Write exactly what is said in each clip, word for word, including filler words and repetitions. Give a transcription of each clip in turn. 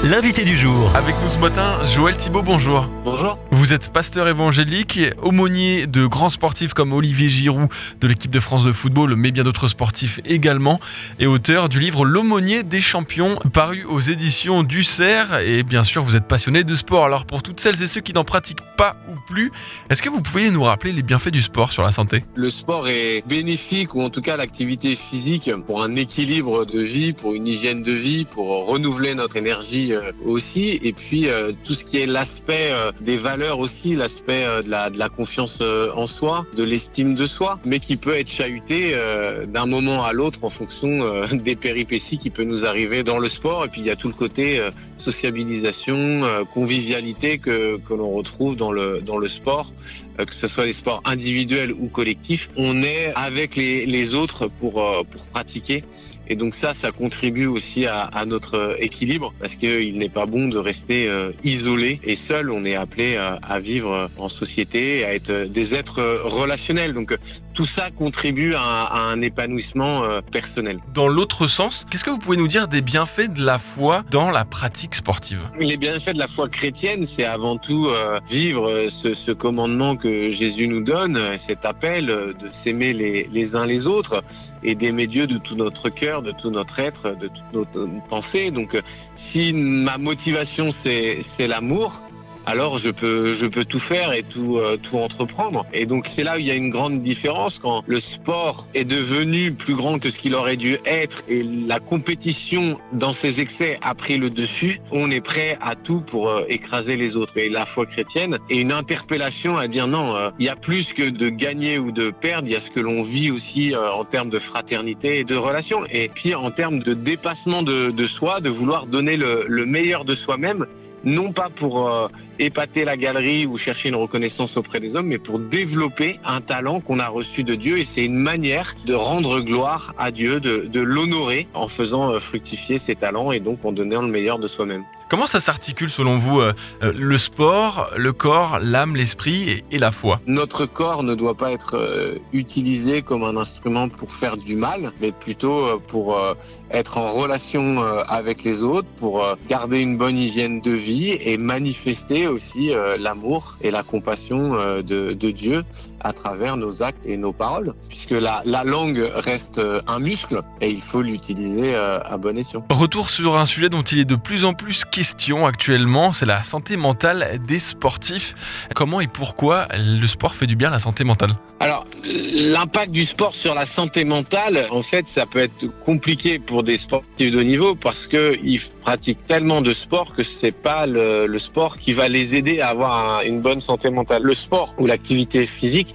l'invité du jour. Avec nous ce matin, Joël Thibault, bonjour. Bonjour. Vous êtes pasteur évangélique, aumônier de grands sportifs comme Olivier Giroud de l'équipe de France de football, mais bien d'autres sportifs également, et auteur du livre L'aumônier des champions, paru aux éditions du Cerf. Et bien sûr, vous êtes passionné de sport. Alors pour toutes celles et ceux qui n'en pratiquent pas ou plus, est-ce que vous pouvez nous rappeler les bienfaits du sport sur la santé ? Le sport est bénéfique, ou en tout cas l'activité physique, pour un équilibre de vie, pour une hygiène de vie, pour renouveler notre énergie aussi, et puis euh, tout ce qui est l'aspect euh, des valeurs aussi, l'aspect euh, de, la, de la confiance euh, en soi, de l'estime de soi, mais qui peut être chahuté euh, d'un moment à l'autre en fonction euh, des péripéties qui peuvent nous arriver dans le sport. Et puis il y a tout le côté euh, sociabilisation, euh, convivialité que, que l'on retrouve dans le, dans le sport, euh, que ce soit les sports individuels ou collectifs. On est avec les, les autres pour, euh, pour pratiquer. Et donc ça, ça contribue aussi à, à notre équilibre, parce qu'il n'est pas bon de rester euh, isolé et seul. On est appelé euh, à vivre en société, à être des êtres relationnels. Donc euh, tout ça contribue à, à un épanouissement euh, personnel. Dans l'autre sens, qu'est-ce que vous pouvez nous dire des bienfaits de la foi dans la pratique sportive ? Les bienfaits de la foi chrétienne, c'est avant tout euh, vivre ce, ce commandement que Jésus nous donne, cet appel de s'aimer les, les uns les autres et d'aimer Dieu de tout notre cœur, de tout notre être, de toute notre pensée. Donc, si ma motivation c'est c'est l'amour, alors je peux je peux tout faire et tout euh, tout entreprendre. Et donc c'est là où il y a une grande différence, quand le sport est devenu plus grand que ce qu'il aurait dû être et la compétition dans ses excès a pris le dessus. On est prêt à tout pour euh, écraser les autres. Et la foi chrétienne est une interpellation à dire non, euh, il y a plus que de gagner ou de perdre, il y a ce que l'on vit aussi euh, en termes de fraternité et de relations, et puis en termes de dépassement de, de soi, de vouloir donner le, le meilleur de soi-même, non pas pour euh, épater la galerie ou chercher une reconnaissance auprès des hommes, mais pour développer un talent qu'on a reçu de Dieu. Et c'est une manière de rendre gloire à Dieu, de, de l'honorer en faisant euh, fructifier ses talents et donc en donnant le meilleur de soi-même. Comment ça s'articule selon vous, euh, le sport, le corps, l'âme, l'esprit et, et la foi ? Notre corps ne doit pas être euh, utilisé comme un instrument pour faire du mal, mais plutôt euh, pour euh, être en relation euh, avec les autres, pour euh, garder une bonne hygiène de vie et manifester aussi euh, l'amour et la compassion euh, de, de Dieu à travers nos actes et nos paroles, puisque la, la langue reste euh, un muscle et il faut l'utiliser euh, à bon escient. Retour sur un sujet dont il est de plus en plus question actuellement, c'est la santé mentale des sportifs. Comment et pourquoi le sport fait du bien à la santé mentale ? Alors, l'impact du sport sur la santé mentale, en fait, ça peut être compliqué pour des sportifs de haut niveau parce qu'ils pratiquent tellement de sport que c'est pas le, le sport qui va les aider à avoir un, une bonne santé mentale. Le sport ou l'activité physique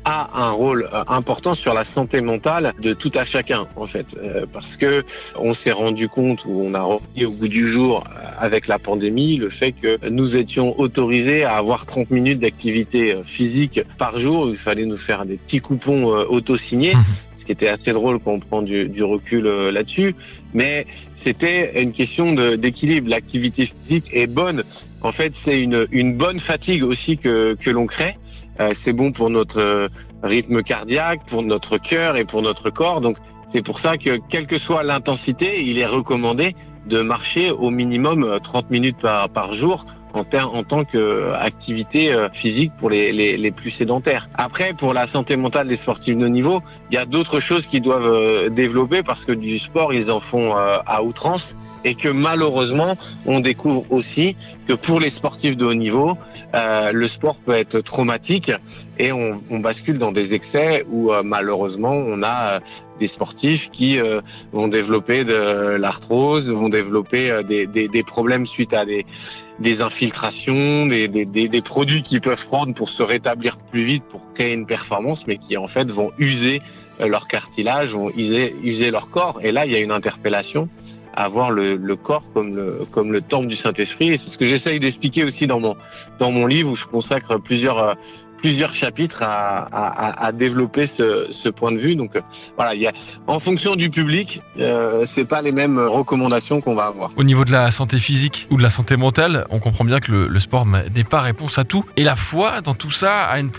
a un rôle important sur la santé mentale de tout à chacun, en fait, euh, parce que on s'est rendu compte, ou on a remis au goût du jour euh, avec la pandémie, le fait que nous étions autorisés à avoir trente minutes d'activité physique par jour. Il fallait nous faire des petits coupons euh, auto-signés, ce qui était assez drôle quand on prend du, du recul euh, là-dessus, mais c'était une question de, d'équilibre. L'activité physique est bonne. En fait, c'est une, une bonne fatigue aussi que, que l'on crée. Euh, c'est bon pour notre euh, rythme cardiaque, pour notre cœur et pour notre corps. Donc, c'est pour ça que, quelle que soit l'intensité, il est recommandé de marcher au minimum trente minutes par, par jour en, ter- en tant qu'activité euh, physique pour les, les, les plus sédentaires. Après, pour la santé mentale des sportifs de haut niveau, il y a d'autres choses qu'ils doivent euh, développer, parce que du sport, ils en font euh, à outrance. Et que malheureusement, on découvre aussi que pour les sportifs de haut niveau, euh, le sport peut être traumatique et on, on bascule dans des excès où euh, malheureusement, on a euh, des sportifs qui euh, vont développer de l'arthrose, vont développer euh, des, des, des problèmes suite à des, des infiltrations, des, des, des, des produits qu'ils peuvent prendre pour se rétablir plus vite, pour créer une performance, mais qui en fait vont user leur cartilage, vont user, user leur corps. Et là, il y a une interpellation à voir le, le corps comme le, comme le temple du Saint-Esprit. Et c'est ce que j'essaye d'expliquer aussi dans mon, dans mon livre, où je consacre plusieurs, euh, plusieurs chapitres à, à, à développer ce, ce point de vue. Donc euh, voilà, il y a, en fonction du public, euh, c'est pas les mêmes recommandations qu'on va avoir. Au niveau de la santé physique ou de la santé mentale, on comprend bien que le, le sport n'est pas réponse à tout. Et la foi, dans tout ça, a une place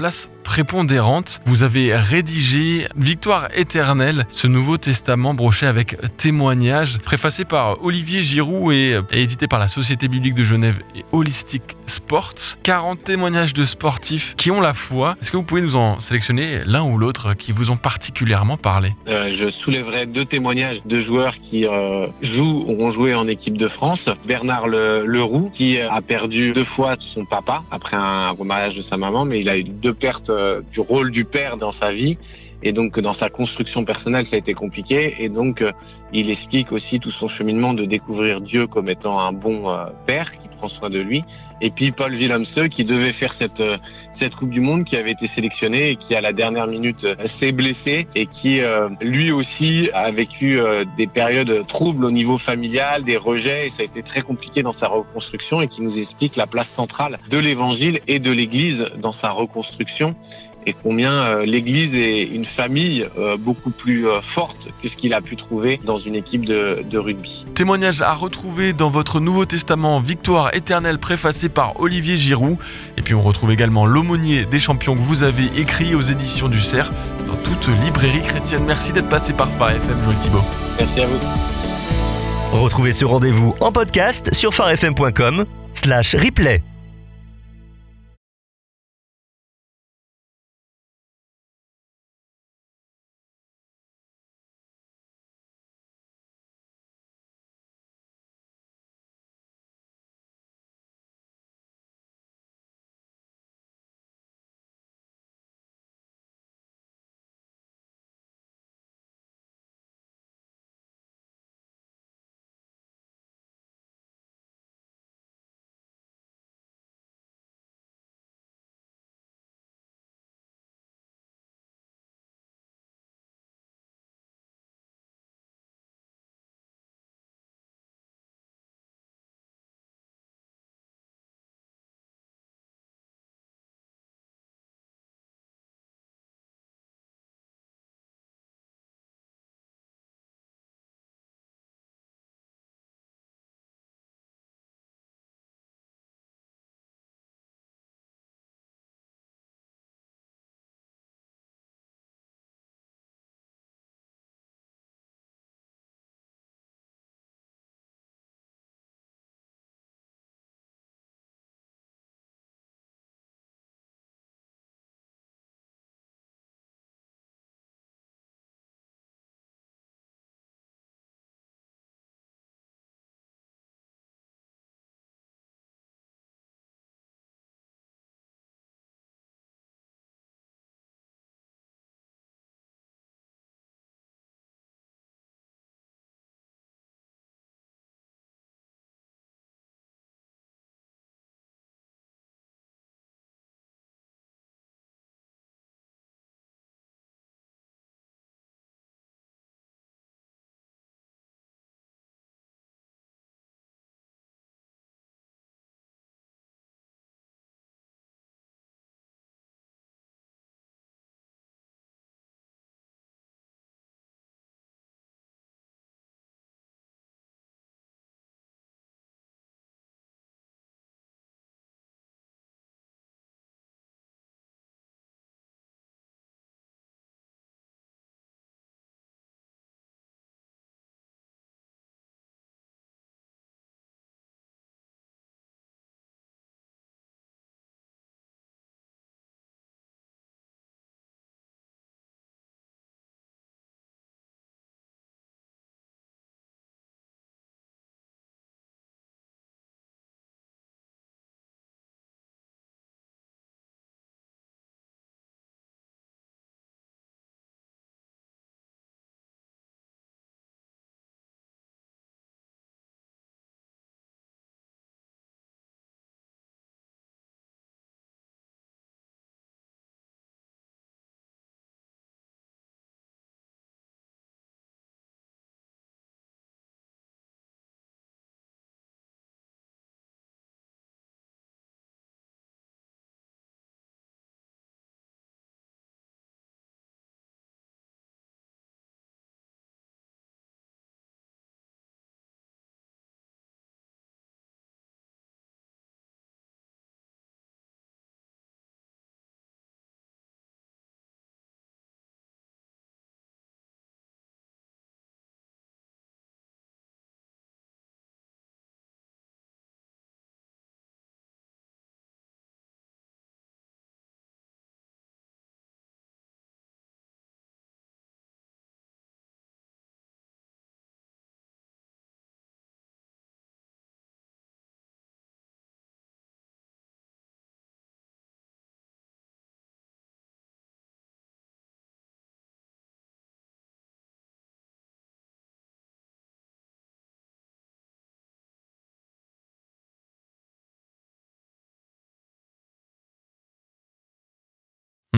prépondérante. Vous avez rédigé Victoire éternelle, ce Nouveau Testament broché avec témoignages, préfacé par Olivier Giroud et, et édité par la Société biblique de Genève et Holistic Sports. quarante témoignages de sportifs qui ont la foi. Est-ce que vous pouvez nous en sélectionner l'un ou l'autre qui vous ont particulièrement parlé ? euh, Je soulèverai deux témoignages de joueurs qui euh, jouent ou ont joué en équipe de France. Bernard Le, Leroux, qui a perdu deux fois son papa après un remariage de sa maman, mais il a eu deux pertes euh, du rôle du père dans sa vie. Et donc, dans sa construction personnelle, ça a été compliqué. Et donc, euh, il explique aussi tout son cheminement de découvrir Dieu comme étant un bon euh, père qui prend soin de lui. Et puis, Paul Willemse, qui devait faire cette euh, cette Coupe du Monde, qui avait été sélectionné et qui, à la dernière minute, euh, s'est blessé et qui, euh, lui aussi, a vécu euh, des périodes troubles au niveau familial, des rejets. Et ça a été très compliqué dans sa reconstruction et qui nous explique la place centrale de l'Évangile et de l'Église dans sa reconstruction. Et combien euh, l'Église est une famille euh, beaucoup plus euh, forte que ce qu'il a pu trouver dans une équipe de, de rugby. Témoignage à retrouver dans votre Nouveau Testament, Victoire éternelle, préfacé par Olivier Giroud. Et puis on retrouve également L'Aumônier des champions que vous avez écrit aux éditions du Cerf dans toute librairie chrétienne. Merci d'être passé par Phare F M, Joël Thibaut. Merci à vous. Retrouvez ce rendez-vous en podcast sur pharefm point com slash replay.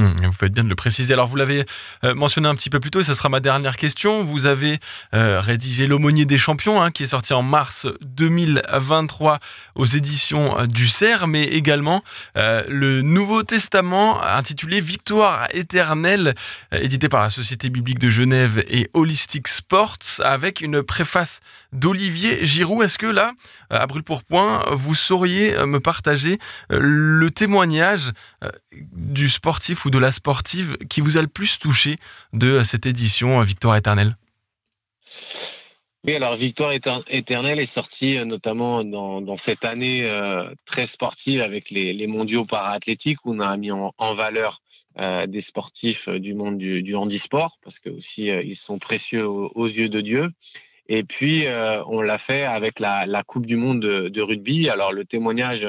Mmh, vous faites bien de le préciser. Alors, vous l'avez euh, mentionné un petit peu plus tôt, et ça sera ma dernière question. Vous avez euh, rédigé L'Aumônier des Champions, hein, qui est sorti en mars deux mille vingt-trois aux éditions euh, du Cerf, mais également euh, le Nouveau Testament intitulé Victoire éternelle, euh, édité par la Société biblique de Genève et Holistic Sports, avec une préface d'Olivier Giroud. Est-ce que là, euh, à brûle-pourpoint, vous sauriez euh, me partager euh, le témoignage euh, du sportif ou de la sportive qui vous a le plus touché de cette édition Victoire éternelle? Oui, alors Victoire éter- éternelle est sortie euh, notamment dans, dans cette année euh, très sportive avec les, les mondiaux para-athlétiques où on a mis en, en valeur euh, des sportifs euh, du monde du, du handisport parce que aussi euh, ils sont précieux aux, aux yeux de Dieu. Et puis euh, on l'a fait avec la, la Coupe du Monde de, de rugby. Alors le témoignage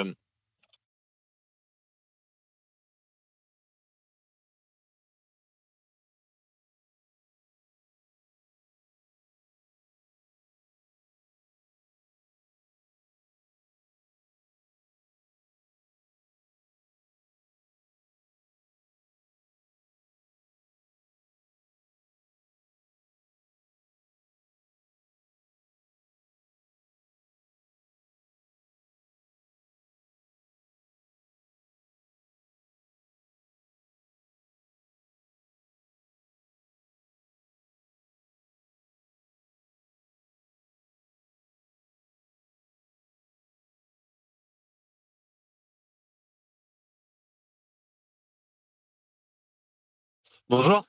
Bonjour.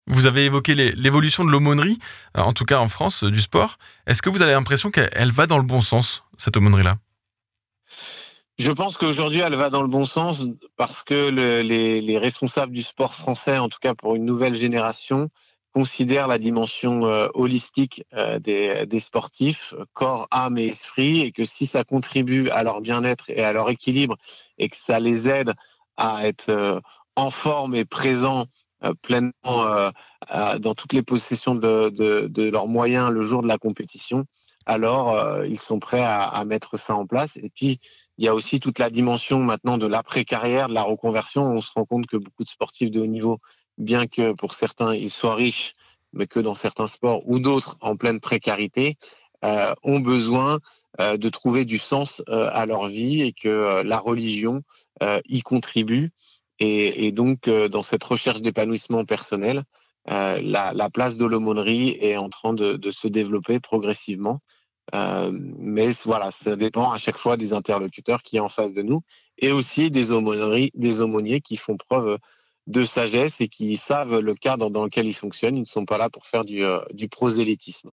Vous avez évoqué les- l'évolution de l'aumônerie, euh, en tout cas en France, euh, du sport. Est-ce que vous avez l'impression qu'elle elle va dans le bon sens, cette aumônerie-là? Je pense qu'aujourd'hui, elle va dans le bon sens parce que le- les, les responsables du sport français, en tout cas pour une nouvelle génération, considèrent la dimension euh, holistique euh, des, des sportifs, corps, âme et esprit, et que si ça contribue à leur bien-être et à leur équilibre, et que ça les aide à être euh, en forme et présents euh, pleinement euh, à- dans toutes les possessions de, de, de leurs moyens le jour de la compétition, alors euh, ils sont prêts à, à mettre ça en place. Et puis, il y a aussi toute la dimension maintenant de l'après-carrière, de la reconversion. On se rend compte que beaucoup de sportifs de haut niveau, bien que pour certains ils soient riches, mais que dans certains sports ou d'autres en pleine précarité, euh, ont besoin euh, de trouver du sens euh, à leur vie et que euh, la religion euh, y contribue. Et, et donc, euh, dans cette recherche d'épanouissement personnel, euh, la, la place de l'aumônerie est en train de, de se développer progressivement. Euh, mais voilà, ça dépend à chaque fois des interlocuteurs qui est en face de nous et aussi des aumôneries, des aumôniers qui font preuve de sagesse et qui savent le cadre dans lequel ils fonctionnent. Ils ne sont pas là pour faire du, euh, du prosélytisme.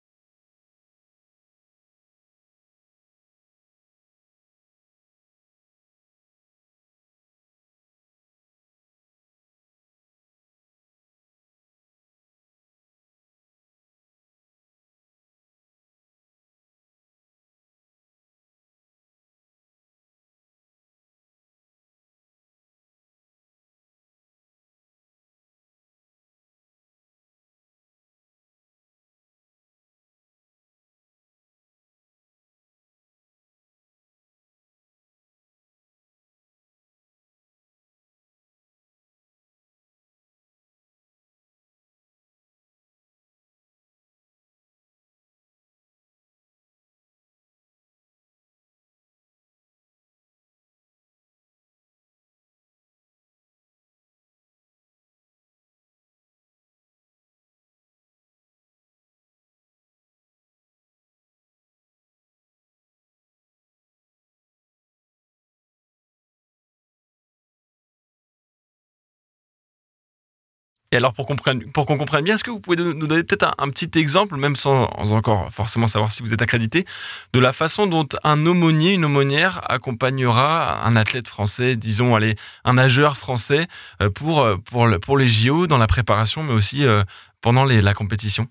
Et alors, pour, comprenne- pour qu'on comprenne bien, est-ce que vous pouvez nous nous donner peut-être un, un petit exemple, même sans, sans encore forcément savoir si vous êtes accrédité, de la façon dont un aumônier, une aumônière accompagnera un athlète français, disons, allez, un nageur français, euh, pour, euh, pour, le- pour les J O, dans la préparation, mais aussi euh, pendant les- la compétition?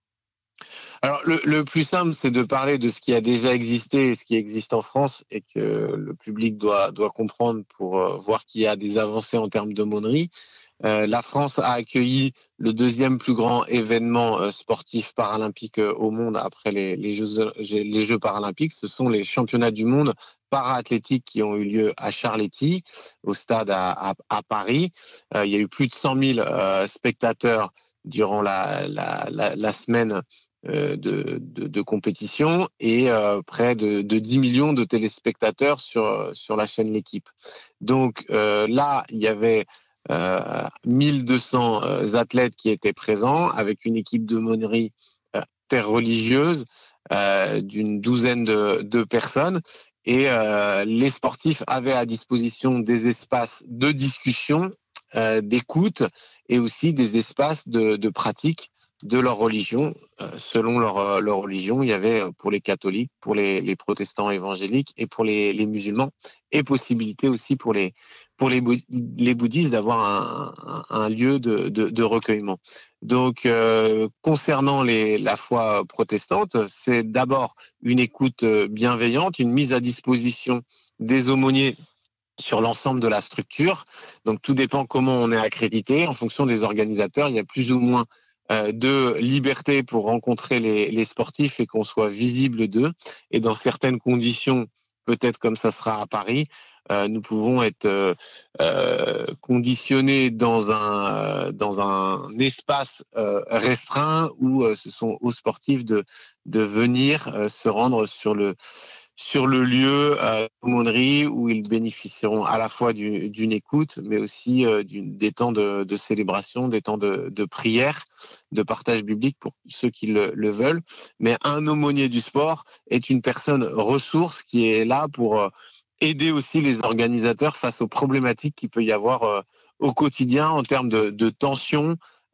Alors, le, le plus simple, c'est de parler de ce qui a déjà existé et ce qui existe en France et que le public doit, doit comprendre pour euh, voir qu'il y a des avancées en termes d'aumônerie. Euh, la France a accueilli le deuxième plus grand événement euh, sportif paralympique euh, au monde après les, les, Jeux, les Jeux paralympiques. Ce sont les championnats du monde para-athlétiques qui ont eu lieu à Charletti, au stade à, à, à Paris. Euh, il y a eu plus de cent mille euh, spectateurs durant la, la, la, la semaine euh, de, de, de compétition et euh, près de, de dix millions de téléspectateurs sur, sur la chaîne L'équipe. Donc euh, là, il y avait euh, mille deux cents euh, athlètes qui étaient présents avec une équipe de monnerie euh, interreligieuse euh, d'une douzaine de, de personnes et euh, les sportifs avaient à disposition des espaces de discussion, euh, d'écoute et aussi des espaces de, de pratique de leur religion. Euh, selon leur, euh, leur religion, il y avait euh, pour les catholiques, pour les, les protestants évangéliques et pour les, les musulmans et possibilité aussi pour les pour les, les bouddhistes d'avoir un, un, un lieu de, de, de recueillement. Donc, euh, concernant les, la foi protestante, c'est d'abord une écoute bienveillante, une mise à disposition des aumôniers sur l'ensemble de la structure. Donc, tout dépend comment on est accrédité. En fonction des organisateurs, il y a plus ou moins euh, de liberté pour rencontrer les, les sportifs et qu'on soit visible d'eux. Et dans certaines conditions, peut-être comme ça sera à Paris, euh, nous pouvons être euh, euh, conditionnés dans un, dans un espace euh, restreint où euh, ce sont aux sportifs de, de venir euh, se rendre sur le, sur le lieu euh, d'aumônerie où ils bénéficieront à la fois du, d'une écoute, mais aussi euh, d'une, des temps de, de célébration, des temps de, de prière, de partage biblique pour ceux qui le, le veulent. Mais un aumônier du sport est une personne ressource qui est là pour euh, aider aussi les organisateurs face aux problématiques qu'il peut y avoir euh, au quotidien en termes de, de tension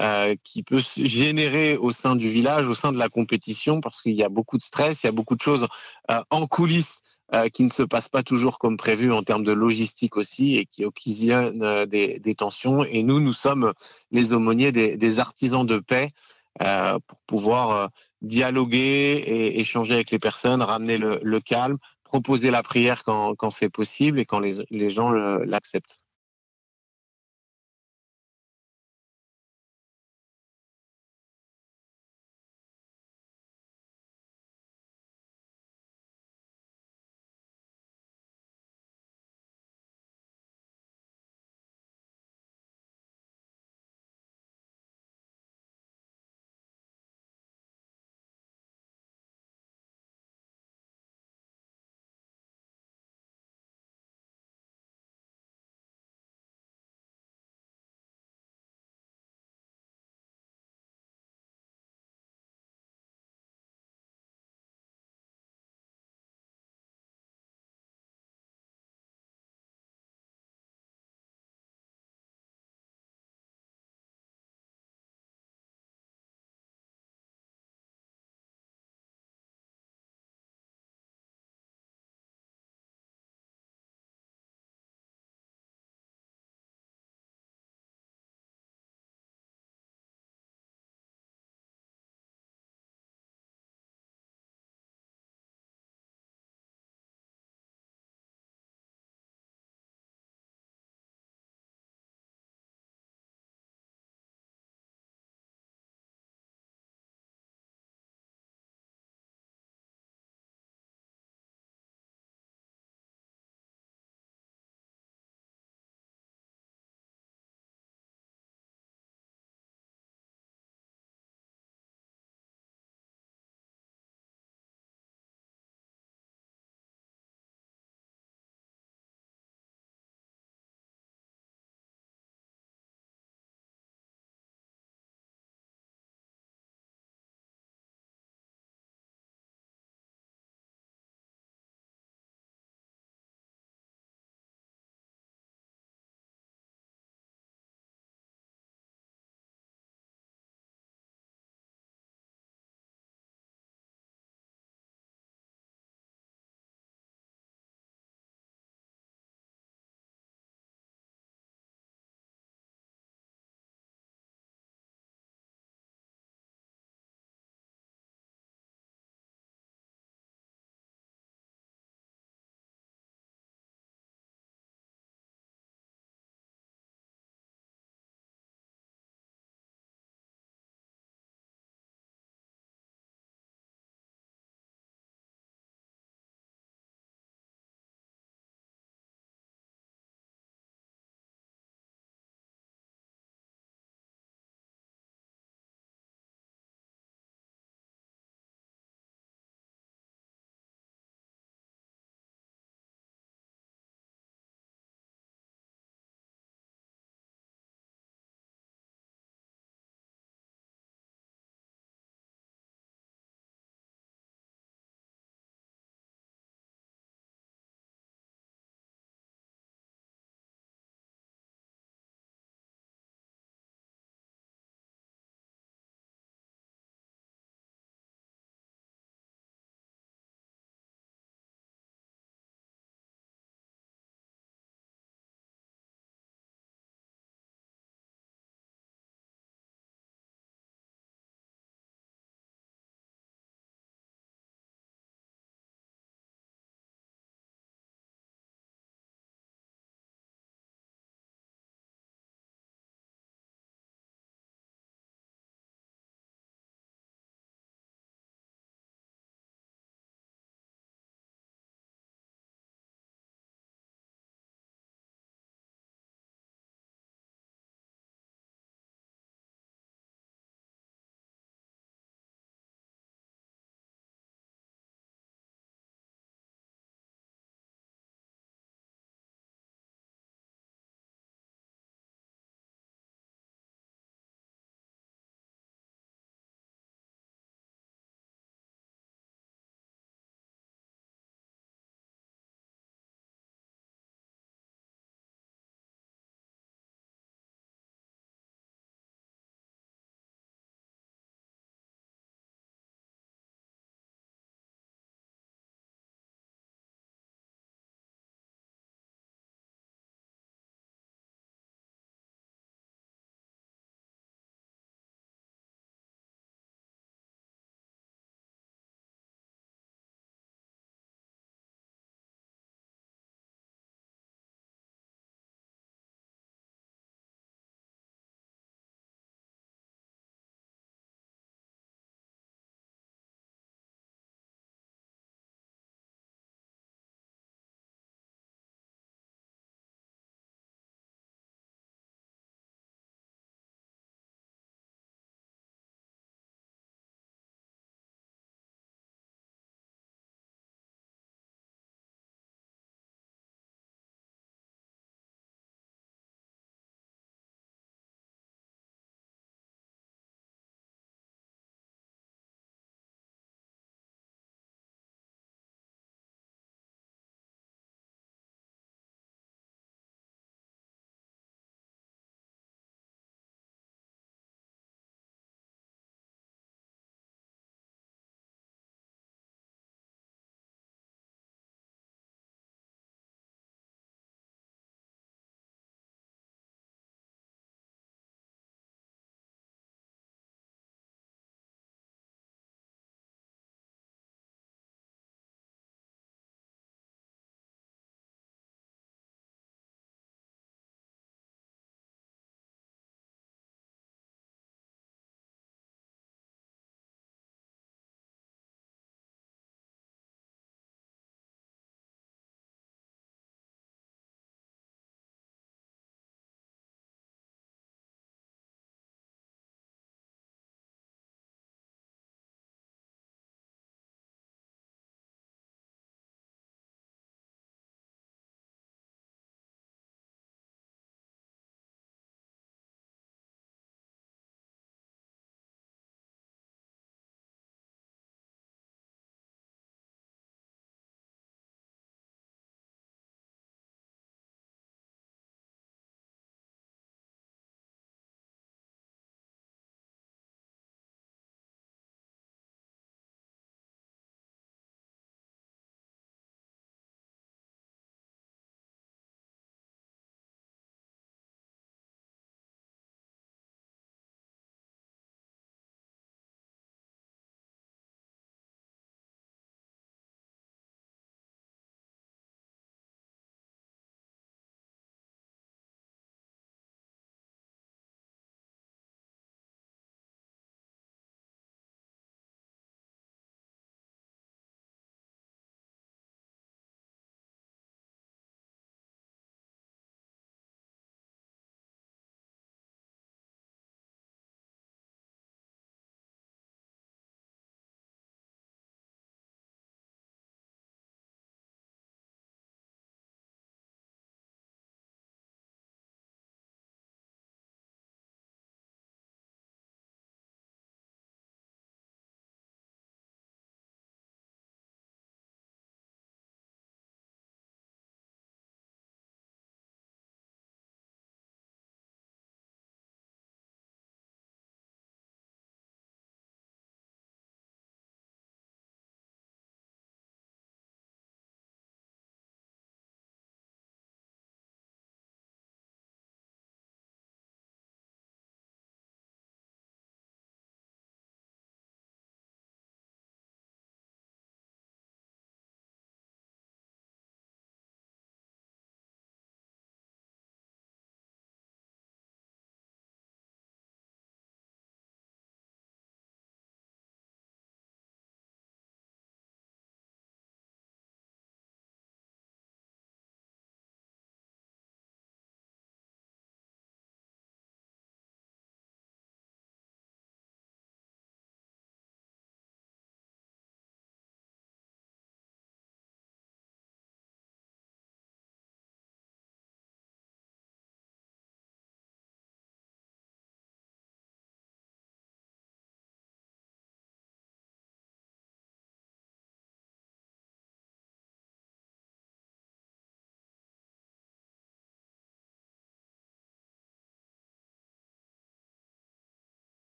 euh, qui peut se générer au sein du village, au sein de la compétition, parce qu'il y a beaucoup de stress, il y a beaucoup de choses euh, en coulisses euh, qui ne se passent pas toujours comme prévu en termes de logistique aussi et qui occasionnent euh, des, des tensions. Et nous, nous sommes les aumôniers des, des artisans de paix euh, pour pouvoir euh, dialoguer et échanger avec les personnes, ramener le, le calme, proposer la prière quand, quand c'est possible et quand les, les gens le- l'acceptent.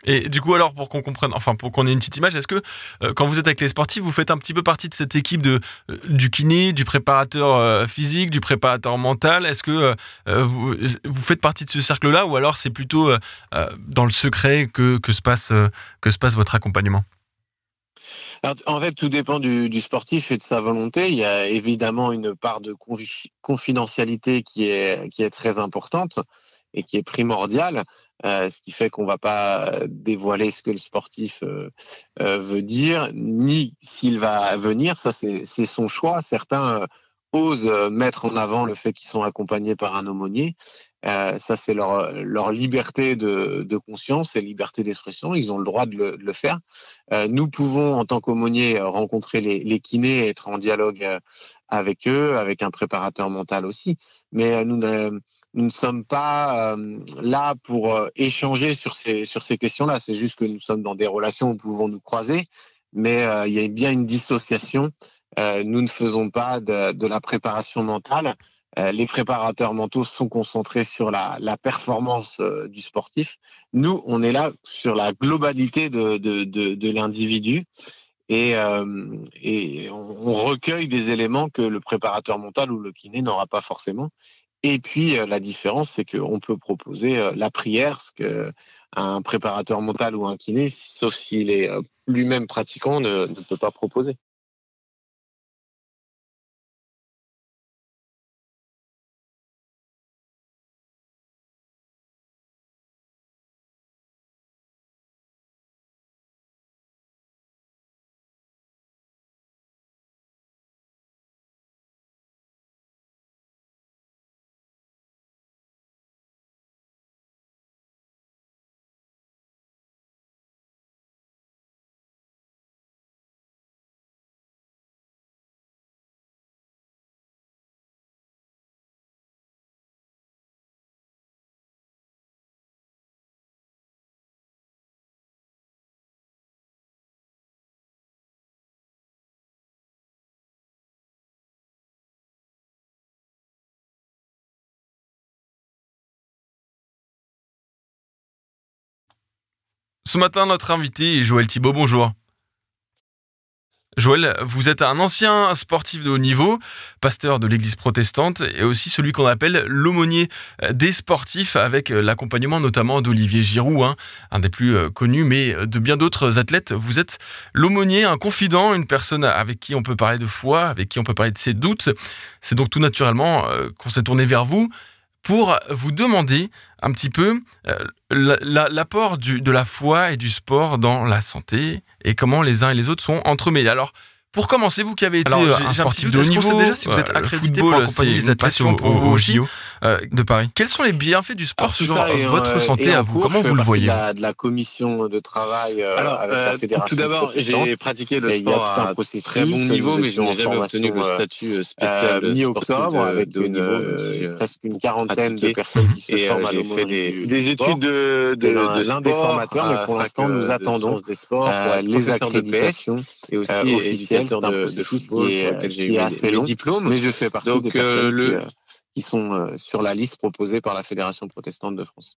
Et du coup, alors, pour qu'on comprenne, enfin, pour qu'on ait une petite image, est-ce que euh, quand vous êtes avec les sportifs, vous faites un petit peu partie de cette équipe de, euh, du kiné, du préparateur euh, physique, du préparateur mental? Est-ce que euh, vous, vous faites partie de ce cercle-là, ou alors c'est plutôt euh, euh, dans le secret que, que, se passe, euh, que se passe votre accompagnement? Alors, en fait, tout dépend du, du sportif et de sa volonté. Il y a évidemment une part de confi- confidentialité qui est, qui est très importante et qui est primordiale, euh, ce qui fait qu'on ne va pas dévoiler ce que le sportif euh, euh, veut dire, ni s'il va venir. Ça, c'est, c'est son choix. Certains euh, osent mettre en avant le fait qu'ils sont accompagnés par un aumônier. Euh, ça, c'est leur, leur liberté de, de conscience et liberté d'expression. Ils ont le droit de le, de le faire. Euh, nous pouvons, en tant qu'aumônier, rencontrer les, les kinés et être en dialogue euh, avec eux, avec un préparateur mental aussi. Mais euh, nous, ne, nous ne sommes pas euh, là pour euh, échanger sur ces, sur ces questions-là. C'est juste que nous sommes dans des relations où nous pouvons nous croiser, mais euh, il y a bien une dissociation. Euh, nous ne faisons pas de, de la préparation mentale. Euh, les préparateurs mentaux sont concentrés sur la, la performance euh, du sportif. Nous, on est là sur la globalité de, de, de, de l'individu et, euh, et on, on recueille des éléments que le préparateur mental ou le kiné n'aura pas forcément. Et puis, euh, la différence, c'est qu'on peut proposer euh, la prière, ce qu'un préparateur mental ou un kiné, sauf s'il est euh, lui-même pratiquant, ne, ne peut pas proposer. Ce matin, notre invité est Joël Thibaut. Bonjour. Joël, vous êtes un ancien sportif de haut niveau, pasteur de l'église protestante et aussi celui qu'on appelle l'aumônier des sportifs, avec l'accompagnement notamment d'Olivier Giroud, hein, un des plus connus, mais de bien d'autres athlètes. Vous êtes l'aumônier, un confident, une personne avec qui on peut parler de foi, avec qui on peut parler de ses doutes. C'est donc tout naturellement qu'on s'est tourné vers vous pour vous demander un petit peu euh, l'apport du, de la foi et du sport dans la santé et comment les uns et les autres sont entremêlés. Alors, pour commencer, vous qui avez été Alors, un sportif de haut niveau, déjà si vous êtes euh, accrédité football, pour accompagner les athlètes au, au, au J O euh, de Paris. Quels sont les bienfaits du sport Alors, sur est, votre euh, santé à vous? cours, Comment vous le voyez? de la, de la commission de travail euh, Alors, avec euh, la fédération. Tout d'abord, j'ai pratiqué le sport à un très bon niveau, mais je n'ai jamais obtenu le statut spécial euh, mi-octobre avec de haut une, niveau, euh, presque une quarantaine de personnes qui se et forment à j'ai fait des, des études de, de, de l'un des formateurs, mais pour l'instant, nous attendons des sports, euh, les accréditations et aussi euh, officielles. C'est un de, processus de qui est, qui est assez long, diplômes. mais je fais partie Donc, des personnes euh, le... qui, euh, qui sont euh, sur la liste proposée par la Fédération protestante de France.